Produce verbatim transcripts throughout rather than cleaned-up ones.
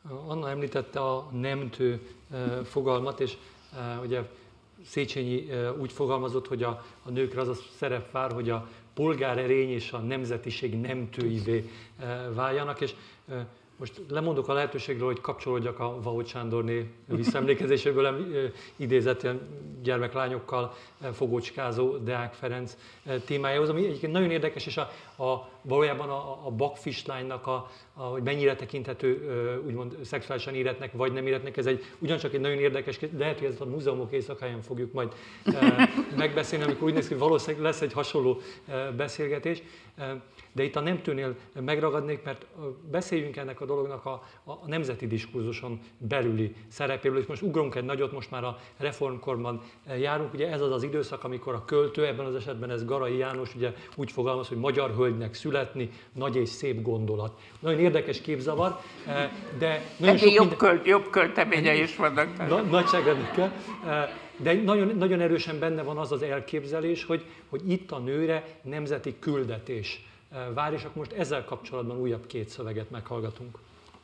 Anna említette a nemtő fogalmat, és ugye Széchenyi úgy fogalmazott, hogy a, a nőkre az a szerep vár, hogy a polgárerény és a nemzetiség nemtőivé váljanak, és most lemondok a lehetőségről, hogy kapcsolódjak a Vahogy Sándorné visszaemlékezéséből idézett gyermeklányokkal fogócskázó Deák Ferenc témájához, ami egyébként nagyon érdekes, és a, a, valójában a, a bakkfislánynak, a, a, hogy mennyire tekinthető úgymond szexuálisan éretnek, vagy nem éretnek, ez egy ugyancsak egy nagyon érdekes, de lehet, hogy ezt a múzeumok éjszakáján fogjuk majd megbeszélni, amikor úgy néz ki, hogy valószínűleg lesz egy hasonló beszélgetés. De itt a nemtőnél megragadnék, mert beszéljünk ennek a dolognak a, a nemzeti diskurzuson belüli szerepéről, és most ugrunk egy nagyot, most már a reformkorban járunk, ugye ez az az időszak, amikor a költő, ebben az esetben ez Garai János, ugye úgy fogalmaz, hogy magyar hölgynek születni, nagy és szép gondolat. Nagyon érdekes képzavar, de nagyon sok jobb, minden... költ, jobb költeményei is vannak. Na, nagyságrendekkel. De nagyon, nagyon erősen benne van az az elképzelés, hogy, hogy itt a nőre nemzeti küldetés vár, és akkor most ezzel kapcsolatban újabb két szöveget meghallgatunk.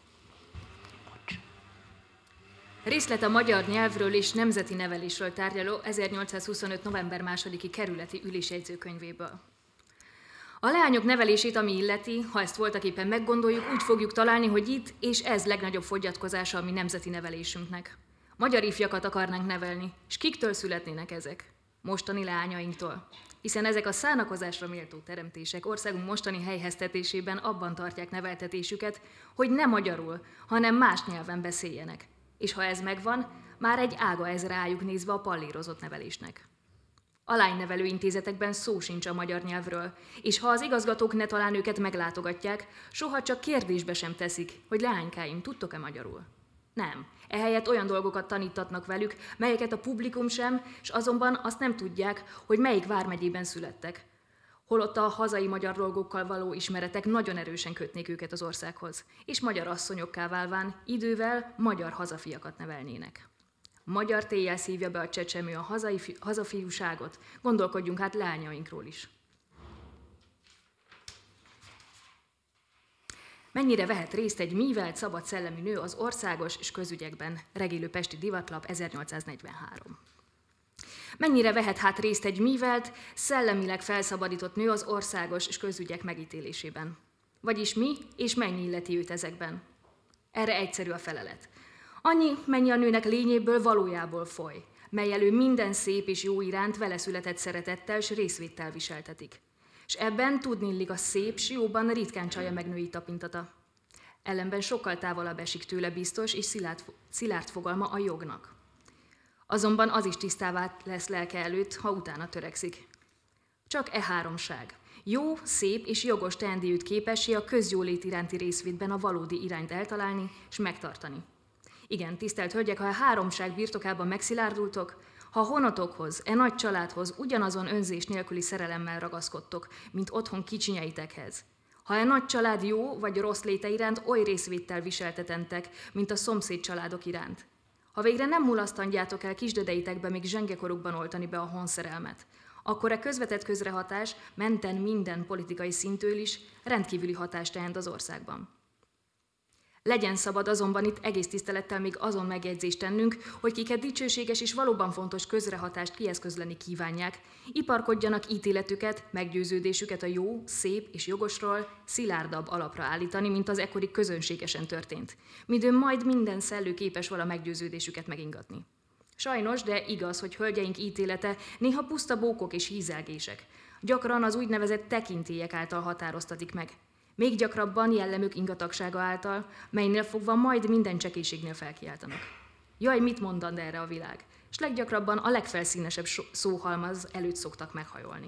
Részlet a magyar nyelvről és nemzeti nevelésről tárgyaló ezernyolcszázhuszonöt. november másodiki kerületi ülésjegyzőkönyvéből. A leányok nevelését, ami illeti, ha ezt voltaképpen meggondoljuk, úgy fogjuk találni, hogy itt és ez legnagyobb fogyatkozása a mi nemzeti nevelésünknek. Magyar ifjakat akarnánk nevelni, és kiktől születnének ezek? Mostani leányainktól. Hiszen ezek a szánakozásra méltó teremtések országunk mostani helyheztetésében abban tartják neveltetésüket, hogy ne magyarul, hanem más nyelven beszéljenek. És ha ez megvan, már egy ága ez rájuk nézve a pallírozott nevelésnek. A lánynevelő intézetekben szó sincs a magyar nyelvről, és ha az igazgatók ne talán őket meglátogatják, soha csak kérdésbe sem teszik, hogy leánykáim, tudtok-e magyarul? Nem. Ehelyett olyan dolgokat tanítatnak velük, melyeket a publikum sem, és azonban azt nem tudják, hogy melyik vármegyében születtek. Holott a hazai magyar dolgokkal való ismeretek nagyon erősen kötnék őket az országhoz, és magyar asszonyokká válván idővel magyar hazafiakat nevelnének. Magyar téjjel szívja be a csecsemő a hazai, hazafiúságot, gondolkodjunk hát leányainkról is. Mennyire vehet részt egy mívelt, szabad szellemű nő az országos és közügyekben? Regélő Pesti Divatlap, ezernyolcszáznegyvenhárom. Mennyire vehet hát részt egy mívelt, szellemileg felszabadított nő az országos és közügyek megítélésében? Vagyis mi és mennyi illeti őt ezekben? Erre egyszerű a felelet. Annyi, mennyi a nőnek lényéből valójából foly, mely elő minden szép és jó iránt vele született szeretettel és részvéttel viseltetik. És ebben tudnillik a szép, s jóban ritkán csalja meg női tapintata. Ellenben sokkal távolabb esik tőle biztos és szilárd, szilárd fogalma a jognak. Azonban az is tisztává lesz lelke előtt, ha utána törekszik. Csak e háromság. Jó, szép és jogos teendé őt képessé a közjólét iránti részvétben a valódi irányt eltalálni és megtartani. Igen, tisztelt hölgyek, ha a háromság birtokában megszilárdultok, ha honotokhoz, e nagy családhoz ugyanazon önzés nélküli szerelemmel ragaszkodtok, mint otthon kicsinyeitekhez, ha e nagy család jó vagy rossz léte iránt oly részvéttel viseltetentek, mint a szomszéd családok iránt, ha végre nem mulasztandjátok el kisdedeitekbe még zsengekorukban oltani be a honszerelmet, akkor e közvetett közrehatás menten minden politikai szintől is rendkívüli hatást jelent az országban. Legyen szabad azonban itt egész tisztelettel még azon megjegyzést tennünk, hogy kiket dicsőséges és valóban fontos közrehatást kieszközleni kívánják, iparkodjanak ítéletüket, meggyőződésüket a jó, szép és jogosról szilárdabb alapra állítani, mint az ekkori közönségesen történt, midőn majd minden szellő képes vala meggyőződésüket megingatni. Sajnos, de igaz, hogy hölgyeink ítélete néha puszta bókok és hízelgések, gyakran az úgynevezett tekintélyek által határoztatik meg. Még gyakrabban jellemük ingatagsága által, melynél fogva majd minden csekélységnél felkiáltanak. Jaj, mit mondand erre a világ? És leggyakrabban a legfelszínesebb szóhalmaz előtt szoktak meghajolni.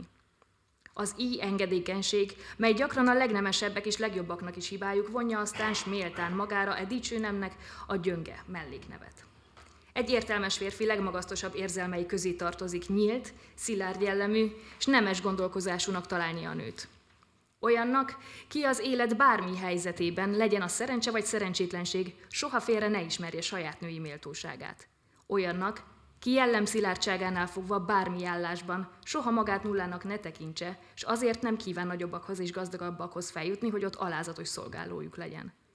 Az íj engedékenység, mely gyakran a legnemesebbek és legjobbaknak is hibájuk, vonja aztán s méltán magára e dicső nemnek a gyönge melléknevet. Egy értelmes férfi legmagasztosabb érzelmei közé tartozik nyílt, szilárd jellemű, s nemes gondolkozásúnak találni a nőt. Olyannak, ki az élet bármi helyzetében, legyen a szerencse vagy szerencsétlenség, soha félre ne ismerje saját női méltóságát. Olyannak, ki jellem szilárdságánál fogva bármi állásban, soha magát nullának ne tekintse, s azért nem kíván nagyobbakhoz és gazdagabbakhoz feljutni, hogy ott alázatos szolgálójuk legyen.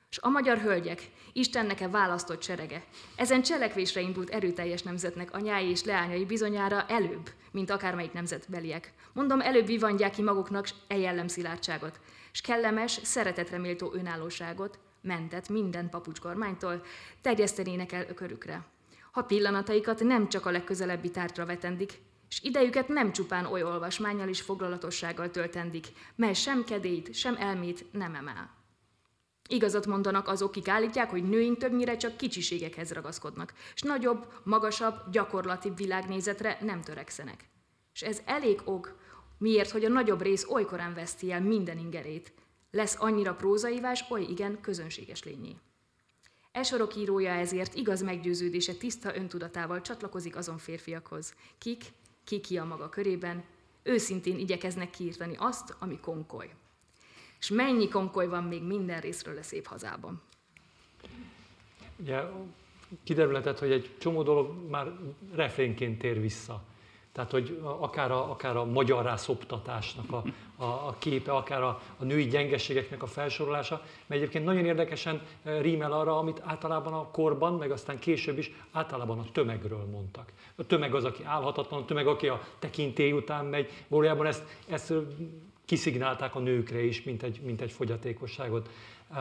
S a magyar hölgyek, Istennek-e választott serege, ezen cselekvésre indult erőteljes nemzetnek anyái és leányai bizonyára előbb, mint akármelyik nemzetbeliek. Mondom, előbb vivandják ki maguknak e jellemszilárdságot, s kellemes, szeretetre méltó önállóságot, mentet minden papucskormánytól, terjesztenének el körükre. Ha pillanataikat nem csak a legközelebbi tárgyra vetendik, s idejüket nem csupán oly olvasmánnyal és foglalatossággal töltendik, mely sem kedélyt, sem elmét nem emel. Igazat mondanak azok, kik állítják, hogy nőink többnyire csak kicsiségekhez ragaszkodnak, s nagyobb, magasabb, gyakorlatibb világnézetre nem törekszenek. És ez elég ok, miért, hogy a nagyobb rész olykorán veszti el minden ingerét, lesz annyira prózaivás, oly igen közönséges lényé. E sorok írója ezért igaz meggyőződése tiszta öntudatával csatlakozik azon férfiakhoz, kik, ki a maga körében, őszintén igyekeznek kiírtani azt, ami konkoly. És mennyi konkoly van még minden részről a szép hazában. Ugye kiderülhetett, hogy egy csomó dolog már refrénként tér vissza. Tehát, hogy akár a, akár a magyar rászoptatásnak a, a, a képe, akár a, a női gyengeségeknek a felsorolása, mert egyébként nagyon érdekesen rímel arra, amit általában a korban, meg aztán később is általában a tömegről mondtak. A tömeg az, aki állhatatlan, a tömeg, aki a tekintély után megy. Valójában ezt, ezt kiszignálták a nőkre is, mint egy, mint egy fogyatékosságot.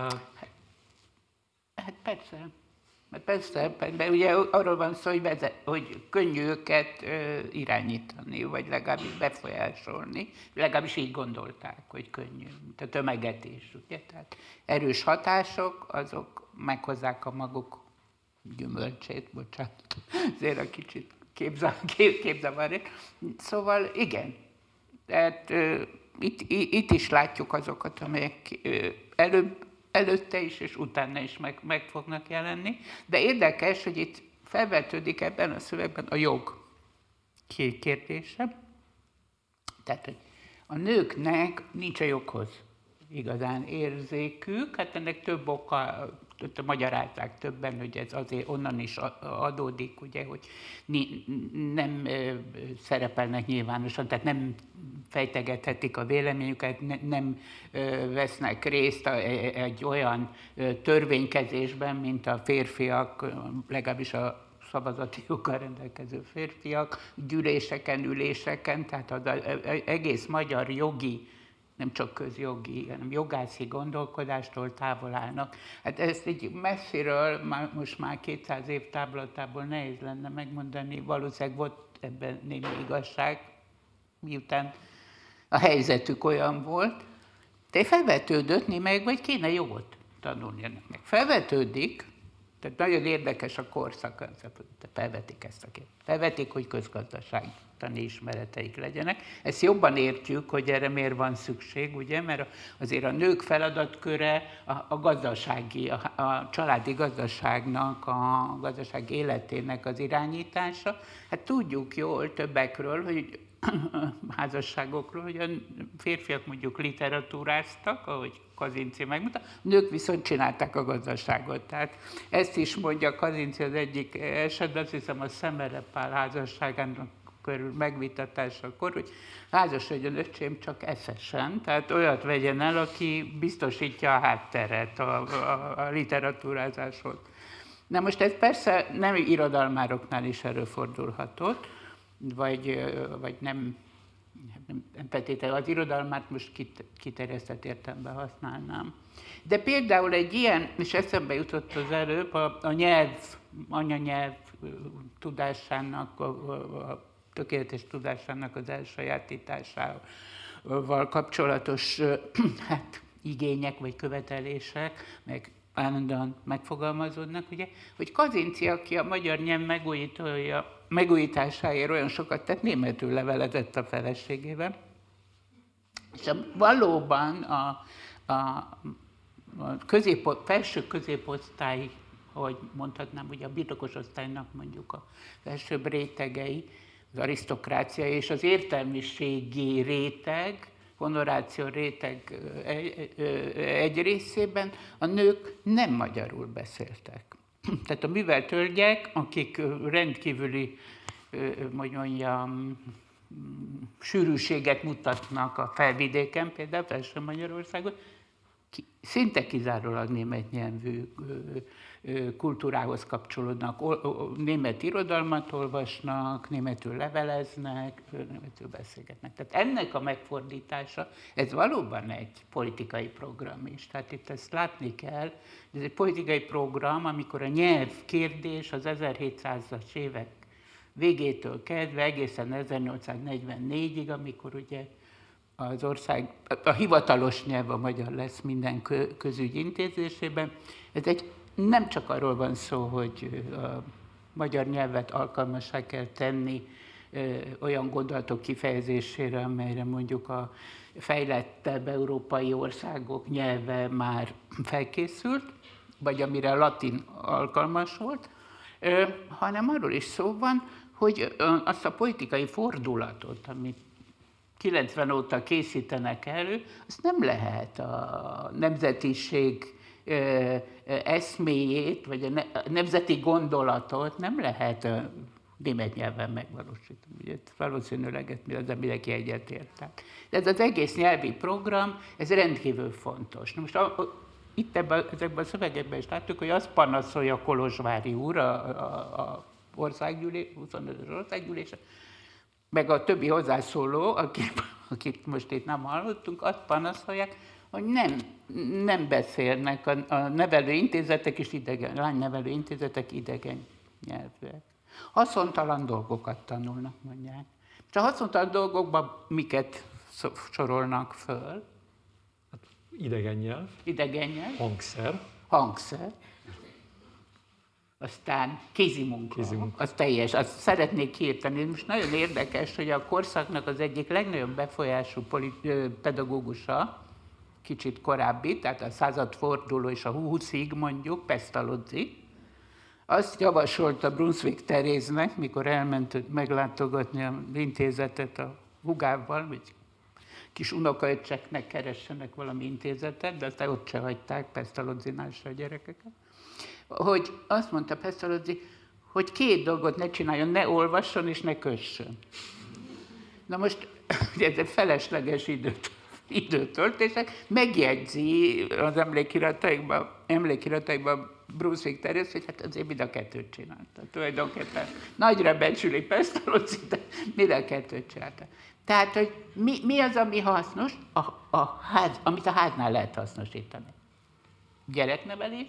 Hát persze. Persze, mert ugye arról van szó, hogy, vezet, hogy könnyű őket ö, irányítani, vagy legalábbis befolyásolni. Legalábbis így gondolták, hogy könnyű, mint a tömeget is. Ugye? Tehát erős hatások, azok meghozzák a maguk gyümölcsét, bocsánat, azért a kicsit képzavarít. Szóval igen, tehát ö, itt, itt is látjuk azokat, amelyek ö, előbb előtte is és utána is meg, meg fognak jelenni. De érdekes, hogy itt felvetődik ebben a szövegben a jog kérdése. Tehát, hogy a nőknek nincs a joghoz igazán érzékük, hát ennek több oka, magyarázzák többen, hogy ez azért onnan is adódik, ugye, hogy nem szerepelnek nyilvánosan, tehát nem fejtegethetik a véleményüket, nem vesznek részt egy olyan törvénykezésben, mint a férfiak, legalábbis a szavazati joggal rendelkező férfiak, gyűléseken, üléseken, tehát az egész magyar jogi, nem csak közjogi, hanem jogászi gondolkodástól távol állnak. Hát ezt egy messziről, most már kétszáz év távlatából nehéz lenne megmondani, valószínűleg volt ebben némi igazság, miután a helyzetük olyan volt, de felvetődött némelyek, vagy kéne jogot tanulni ennek meg. Felvetődik, tehát nagyon érdekes a korszak, felvetik ezt a kérdést. Felvetik, hogy közgazdaságtani ismereteik legyenek. Ezt jobban értjük, hogy erre miért van szükség, ugye, mert azért a nők feladatköre a, a gazdasági, a, a családi gazdaságnak, a gazdaság életének az irányítása. Hát tudjuk jól többekről, hogy házasságokról, hogy a férfiak mondjuk literatúráztak, ahogy Kazinczy megmondta, nők viszont csinálták a gazdaságot. Tehát ezt is mondja Kazinczy az egyik esetben, azt hiszem a Szemere-Pál házasságának körül megvitatásakor, hogy házasodjon öcsém csak eszesen, tehát olyat vegyen el, aki biztosítja a hátteret a, a, a literatúrázáshoz. Na most ez persze nem irodalmároknál is előfordulhatott, vagy, vagy nem, nem, nem feltétlenül az irodalmát most kit, kiterjesztett értelemben használnám. De például egy ilyen, és eszembe jutott az előbb, a, a nyelv, anyanyelv tudásának, a, a, a tökéletes tudásának az elsajátításával kapcsolatos hát, igények vagy követelések, meg állandóan megfogalmazódnak, ugye, hogy Kazinczy, aki a magyar nyelv megújítója, megújításáért olyan sokat tett, németül levelezett a feleségével. És a, valóban a, a, a közép, felső középosztály, ahogy mondhatnám, ugye a birtokos osztálynak mondjuk a felsőbb rétegei, az arisztokrácia és az értelmiségi réteg, honoráció réteg egy részében a nők nem magyarul beszéltek. Tehát a művelt hölgyek, akik rendkívüli, hogy mondjam, sűrűséget mutatnak a felvidéken, például Felső Magyarországon, szinte kizárólag német nyelvű kultúrához kapcsolódnak, német irodalmat olvasnak, németül leveleznek, németül beszélgetnek. Tehát ennek a megfordítása, ez valóban egy politikai program is. Tehát itt ezt látni kell, ez egy politikai program, amikor a nyelv kérdés az ezerhétszázas évek végétől kezdve egészen ezernyolcszáznegyvennégyig, amikor ugye az ország, a hivatalos nyelv a magyar lesz minden közügy intézésében. Ez egy, nem csak arról van szó, hogy a magyar nyelvet alkalmassá kell tenni olyan gondolatok kifejezésére, amelyre mondjuk a fejlettebb európai országok nyelve már felkészült, vagy amire a latin alkalmas volt, hanem arról is szó van, hogy azt a politikai fordulatot, amit kilencven óta készítenek elő, azt nem lehet a nemzetiség eszméjét, vagy a nemzeti gondolatot nem lehet német nyelven megvalósítani. Ugye, valószínűleg ezt mindenki egyetértek. De ez az egész nyelvi program, ez rendkívül fontos. Na most a, a, itt ebben, ezekben a szövegekben is láttuk, hogy azt panaszolja Kolozsvári úr, a, a, a országgyűlés, huszonötös országgyűlése, meg a többi hozzászóló, akit, akit most itt nem hallottunk, azt panaszolják, hogy nem, nem beszélnek a, a nevelőintézetek és idegen, lánynevelőintézetek idegen nyelvűek. Haszontalan dolgokat tanulnak, mondják. És a haszontalan dolgokban miket sorolnak föl? Hát idegen nyelv. Idegen nyelv. Hangszer. Hangszer. Aztán kézimunka, kézimunka. Az teljes, azt szeretnék kiírtani. Most nagyon érdekes, hogy a korszaknak az egyik legnagyobb befolyású pedagógusa, kicsit korábbi, tehát a századforduló és a húszig mondjuk, Pestalozzi, azt javasolta Brunswick Teréznek, mikor elment meglátogatni az intézetet a hugával, hogy kis unokaöccseknek keressenek valami intézetet, de aztán ott se hagyták Pestalozzinál se a gyerekeket, hogy azt mondta Pestalozzi, hogy két dolgot ne csináljon, ne olvasson és ne kössön. Na most, ugye ez egy felesleges időt, időtöltések, megjegyzi az emlékirataikban, emlékirataikban Brunswick Teréz, hogy hát azért mind a kettőt csinálta. Tulajdonképpen nagyra becsüli Pestalozzi, de mind a kettőt csinálta. Tehát, hogy mi, mi az, ami hasznos, a, a ház, amit a háznál lehet hasznosítani. Gyereknevelés,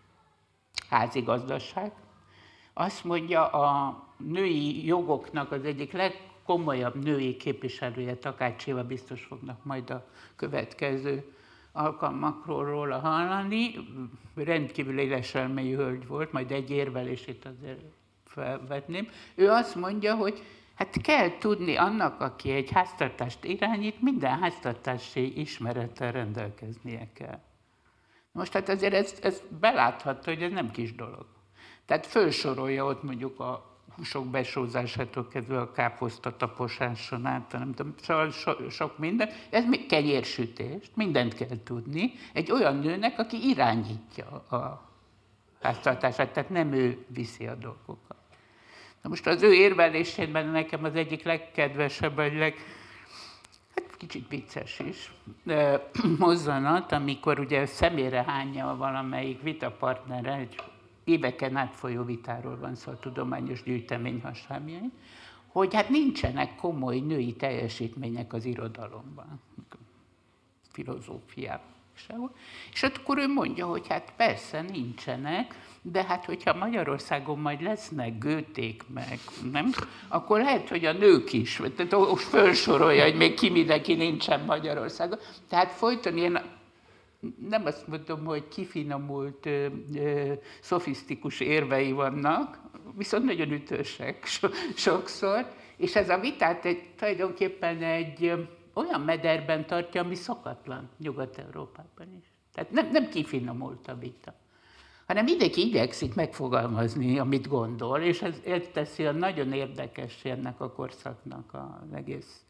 házigazdaság. Azt mondja, a női jogoknak az egyik legkomolyabb női képviselője, Takács Éva, biztos fognak majd a következő alkalmakról róla hallani. Rendkívül éleselmélyű hölgy volt, majd egy érvelését azért felvetném. Ő azt mondja, hogy hát kell tudni annak, aki egy háztartást irányít, minden háztartási ismerettel rendelkeznie kell. Most hát azért ez, ez belátható, hogy ez nem kis dolog. Tehát fölsorolja ott mondjuk a húsok besózásától kezdve a káposzta taposáson át, nem tudom, szóval so, sok minden. Ez még kenyérsütést, mindent kell tudni egy olyan nőnek, aki irányítja a háztartását, tehát nem ő viszi a dolgokat. Na most az ő érvelésében nekem az egyik legkedvesebb, vagy leg, hát kicsit vicces is, mozzanat, amikor ugye szemére hányja valamelyik vitapartnere, egy éveken átfolyó vitáról van szó, a tudományos gyűjtemény hasábjain, hogy hát nincsenek komoly női teljesítmények az irodalomban, filozófiában. És akkor ő mondja, hogy hát persze nincsenek, de hát hogyha Magyarországon majd lesznek Goethék meg, nem? Akkor lehet, hogy a nők is, tehát most felsorolja, hogy még ki mindenki nincsen Magyarországon. Tehát folyton ilyen, nem azt mondom, hogy kifinomult, ö, ö, szofisztikus érvei vannak, viszont nagyon ütősek so, sokszor, és ez a vitát egy, tulajdonképpen egy olyan mederben tartja, ami szokatlan Nyugat-Európában is. Tehát nem, nem kifinomult a vita, hanem mindenki igyekszik megfogalmazni, amit gondol, és ez, ez teszi a nagyon érdekes ennek a korszaknak az egész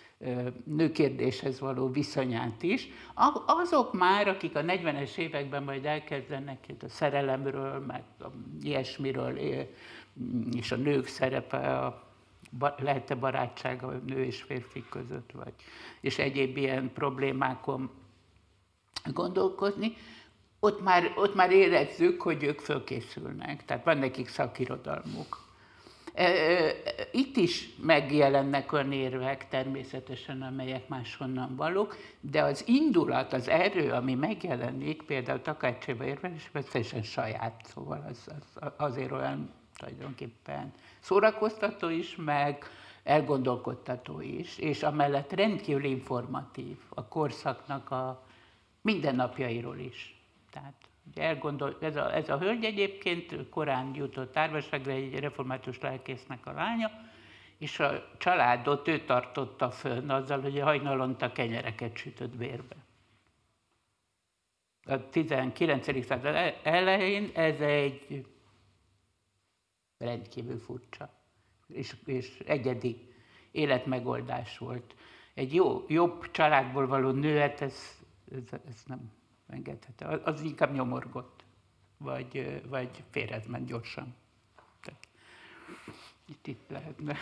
nőkérdéshez való viszonyát is. Azok már, akik a negyvenes években majd elkezdenek a szerelemről, meg ilyesmiről, és a nők szerepe, a, lehet-e barátság a nő és férfi között, vagy, és egyéb ilyen problémákon gondolkozni, ott már, ott már érezzük, hogy ők fölkészülnek, tehát van nekik szakirodalmuk. Itt is megjelennek olyan érvek természetesen, amelyek máshonnan valók, de az indulat, az erő, ami megjelenik, például Takács Csaba érvelésében, teljesen saját, szóval az, az azért olyan tulajdonképpen szórakoztató is, meg elgondolkodtató is, és amellett rendkívül informatív a korszaknak a mindennapjairól is. Tehát ugye elgondol, ez, a, ez a hölgy egyébként korán jutott árvaságra, egy református lelkésznek a lánya, és a családot ő tartotta fönn azzal, hogy hajnalonta kenyereket sütött bérbe. A tizenkilencedik század elején ez egy rendkívül furcsa és, és egyedi életmegoldás volt. Egy jó, jobb családból való nő, hát ez, ez, ez nem engedhető. Az inkább nyomorgott, vagy, vagy férhez ment gyorsan. Tehát, itt, itt lehetne.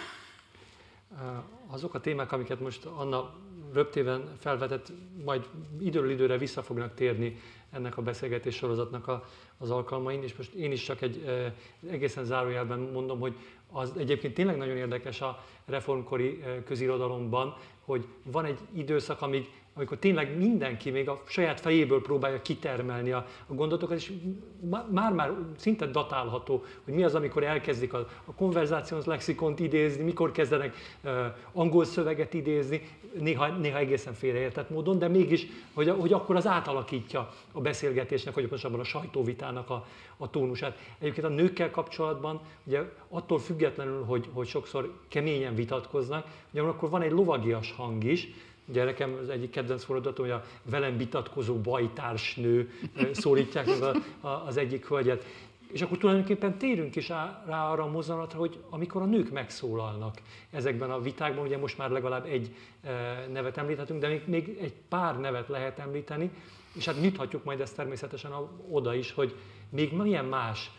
Azok a témák, amiket most Anna röptében felvetett, majd időről időre vissza fognak térni ennek a beszélgetés sorozatnak a, az alkalmain, és most én is csak egy e, egészen zárójelben mondom, hogy az egyébként tényleg nagyon érdekes a reformkori e, közirodalomban, hogy van egy időszak, amíg, amikor tényleg mindenki még a saját fejéből próbálja kitermelni a, a gondolatokat, és már-már szinte datálható, hogy mi az, amikor elkezdik a, a konverzációs lexikont idézni, mikor kezdenek uh, angol szöveget idézni, néha, néha egészen félreértett módon, de mégis, hogy, hogy akkor az átalakítja a beszélgetésnek, vagy pontosabban a sajtóvitának a, a tónusát. Egyébként a nőkkel kapcsolatban, ugye attól függetlenül, hogy, hogy sokszor keményen vitatkoznak, ugyanakkor van egy lovagias hang is. Ugye nekem az egyik kedvenc fordulatom, hogy a velem vitatkozó bajtársnő szólítják meg a, a, az egyik hölgyet. És akkor tulajdonképpen térünk is rá arra a mozzanatra, hogy amikor a nők megszólalnak ezekben a vitákban, ugye most már legalább egy nevet említhetünk, de még, még egy pár nevet lehet említeni, és hát nyithatjuk majd ezt természetesen oda is, hogy még milyen más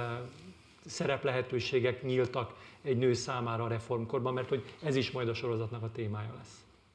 szereplehetőségek nyíltak egy nő számára a reformkorban, mert hogy ez is majd a sorozatnak a témája lesz.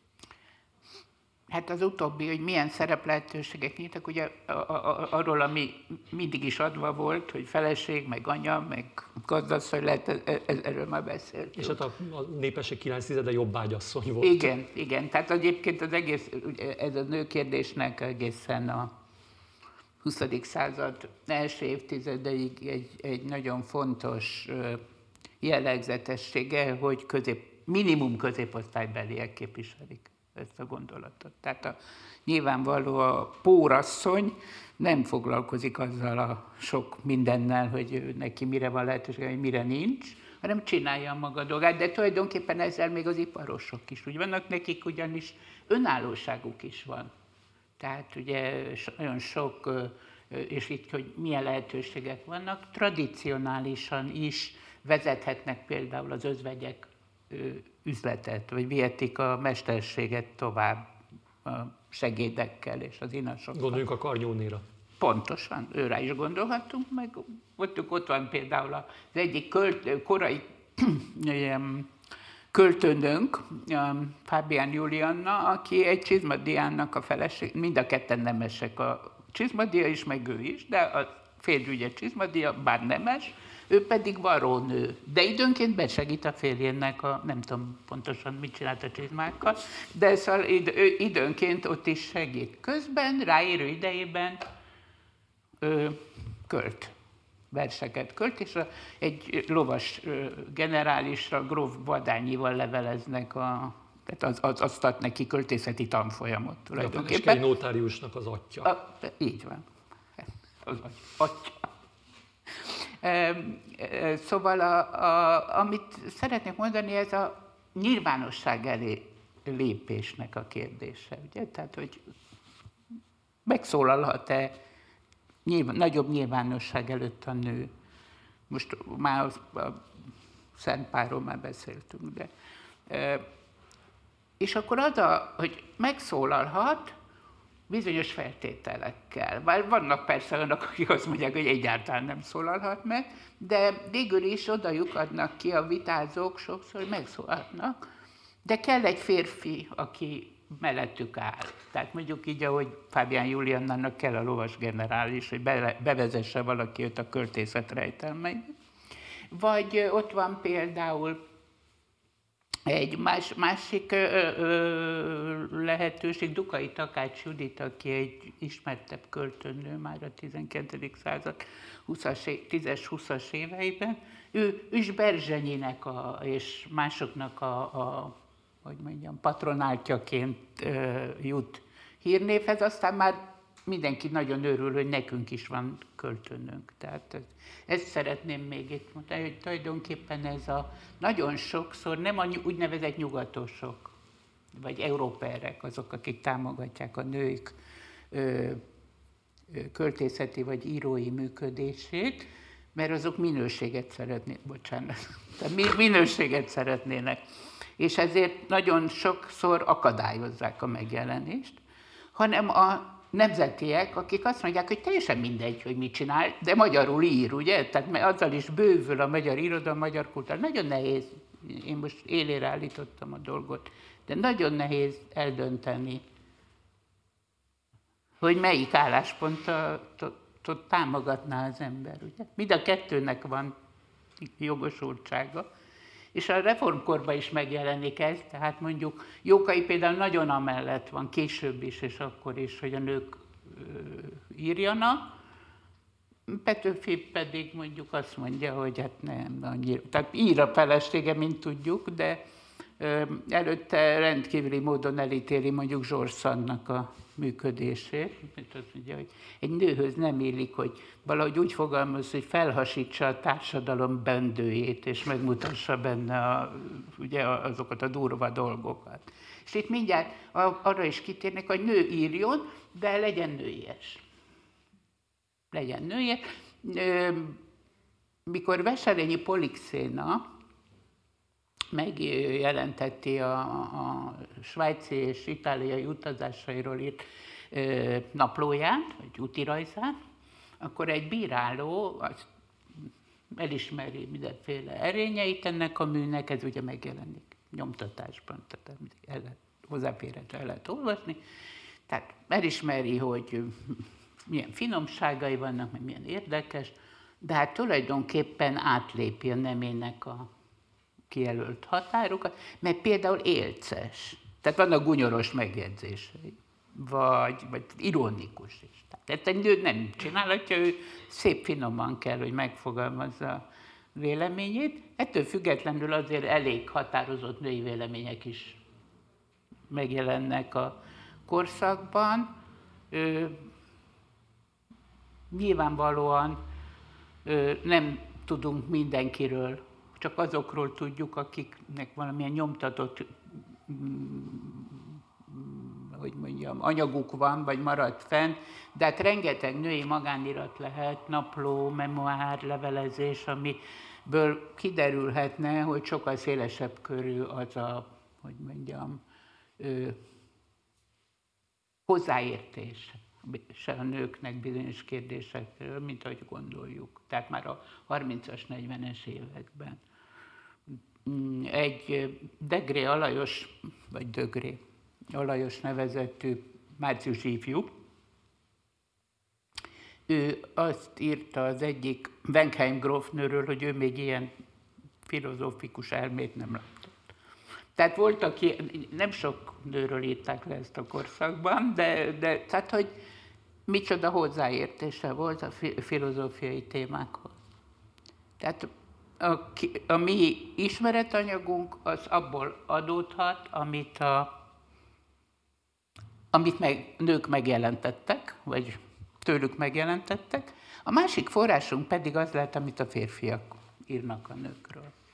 Hát az utóbbi, hogy milyen szereplehetőségek nyíltak, ugye arról, ami mindig is adva volt, hogy feleség, meg anya, meg gazdasszony lehet, erről már beszéltünk. És hát a, a népesség kilenc tizede jobbágyasszony volt. Igen, igen. Tehát egyébként az egész, ez a nőkérdésnek egészen a huszadik század első évtizedeig egy, egy nagyon fontos jellegzetessége, hogy közép, minimum középosztálybeliek képviselik ezt a gondolatot. Tehát a, nyilvánvaló a pórasszony nem foglalkozik azzal a sok mindennel, hogy neki mire van lehetősége, hogy mire nincs, hanem csinálja a maga dolgát, de tulajdonképpen ezzel még az iparosok is úgy vannak, nekik ugyanis önállóságuk is van. Tehát ugye nagyon sok, és itt, hogy milyen lehetőségek vannak, tradicionálisan is vezethetnek például az özvegyek üzletet, vagy vihetik a mesterséget tovább a segédekkel és az inasokkal. Gondoljunk a Karnyónéra. Pontosan, őrá is gondolhatunk, meg ott, ott van például az egyik költ, korai költőnünk, Fábián Julianna, aki egy Csizmadiánnak a feleség, mind a ketten nemesek, a Csizmadia is, meg ő is, de a férjügye Csizmadia, bár nemes, ő pedig varrónő, de időnként besegít a férjének, a, nem tudom pontosan mit csinált a csizmákkal, de szóval id, időnként ott is segít. Közben, ráérő idejében ö, költ, verseket költ, és a, egy lovas ö, generálisra, gróf Badányival leveleznek, a, tehát az, az, azt ad neki költészeti tanfolyamot tulajdonképpen. A notáriusnak az atya. A, így van, az atya. Szóval, a, a, amit szeretnék mondani, ez a nyilvánosság elé lépésnek a kérdése. Ugye? Tehát, hogy megszólalhat-e nyilván, nagyobb nyilvánosság előtt a nő. Most már a, a Szent Párról már beszéltünk, de... És akkor az, a, hogy megszólalhat, bizonyos feltételekkel. Bár vannak persze olyanok, akik azt mondják, hogy egyáltalán nem szólalhat meg, de végül is oda lyukadnak ki a vitázók, sokszor megszólalhatnak, de kell egy férfi, aki mellettük áll. Tehát mondjuk így, ahogy Fábián Juliannának kell a lovas generális, hogy be, bevezesse valaki őt a költészet rejtelmeibe. Vagy ott van például egy más, másik ö, ö, lehetőség, Dukai Takács Judit, aki egy ismertebb költőnő már a tizenkilencedik század tízes-húszas éveiben. Ő is Berzsenyinek a, és másoknak a, a hogy mondjam, patronáltjaként ö, jut hírnévhez, aztán már mindenki nagyon örül, hogy nekünk is van költőnünk. Tehát ezt szeretném még itt mondani, hogy tulajdonképpen ez a nagyon sokszor nem a úgynevezett nyugatosok, vagy európerek, azok, akik támogatják a nők ö, költészeti vagy írói működését, mert azok minőséget szeretnének, bocsánat, tehát minőséget szeretnének. És ezért nagyon sokszor akadályozzák a megjelenést, hanem a nemzetiek, akik azt mondják, hogy teljesen mindegy, hogy mit csinál, de magyarul ír, ugye? Tehát azzal is bővül a magyar irodalom, a magyar kultúra. Nagyon nehéz, én most élére állítottam a dolgot, de nagyon nehéz eldönteni, hogy melyik álláspontot támogatná az ember, ugye? Mind a kettőnek van jogosultsága. És a reformkorban is megjelenik ez, tehát mondjuk Jókai például nagyon amellett van, később is, és akkor is, hogy a nők ö, írjanak. Petőfi pedig mondjuk azt mondja, hogy hát nem annyira. Tehát ír a felesége, mint tudjuk, de ö, előtte rendkívüli módon elítéli mondjuk Zsors Szandnak a működését. Mert azt mondja, hogy egy nőhöz nem illik, hogy valahogy úgy fogalmaz, hogy felhasítsa a társadalom bendőjét, és megmutassa benne a, ugye, azokat a durva dolgokat. És itt mindjárt arra is kitérnek, hogy nő írjon, de legyen nőies. Legyen nőies. Mikor Veselényi Polixéna megjelentette a, a svájci és itáliai utazásairól írt ö, naplóját, vagy útirajzát, akkor egy bíráló azt elismeri mindenféle erényeit ennek a műnek, ez ugye megjelenik nyomtatásban, tehát el lehet, hozzáférhető, el lehet olvasni. Tehát elismeri, hogy milyen finomságai vannak, meg milyen érdekes, de hát tulajdonképpen átlépi a nemének a kijelölt határokat, mert például élces, tehát vannak gunyoros megjegyzései, vagy, vagy ironikus is. Tehát egy nő nem csinálhatja, ő szép finoman kell, hogy megfogalmazza a véleményét. Ettől függetlenül azért elég határozott női vélemények is megjelennek a korszakban. Ö, nyilvánvalóan ö, nem tudunk mindenkiről, csak azokról tudjuk, akiknek valamilyen nyomtatott, hogy mondjam, anyaguk van, vagy maradt fenn, de hát rengeteg női magánirat lehet, napló, memoár, levelezés, amiből kiderülhetne, hogy sokkal szélesebb körű az a, hogy mondjam, ö, hozzáértés se a nőknek bizonyos kérdésekről, mint ahogy gondoljuk. Tehát már a harmincas, negyvenes években. Egy Degré Alajos, vagy Dögré Alajos nevezetű márciusi ifjú, ő azt írta az egyik Wenkheim grófnőről, hogy ő még ilyen filozófikus elmét nem látott. Tehát volt, aki, nem sok nőről írták le ezt a korszakban, de, de tehát, hogy micsoda hozzáértése volt a filozófiai témákhoz. Tehát a, a mi ismeretanyagunk az abból adódhat, amit, a, amit meg, nők megjelentettek, vagy tőlük megjelentettek. A másik forrásunk pedig az lehet, amit a férfiak írnak a nőkről.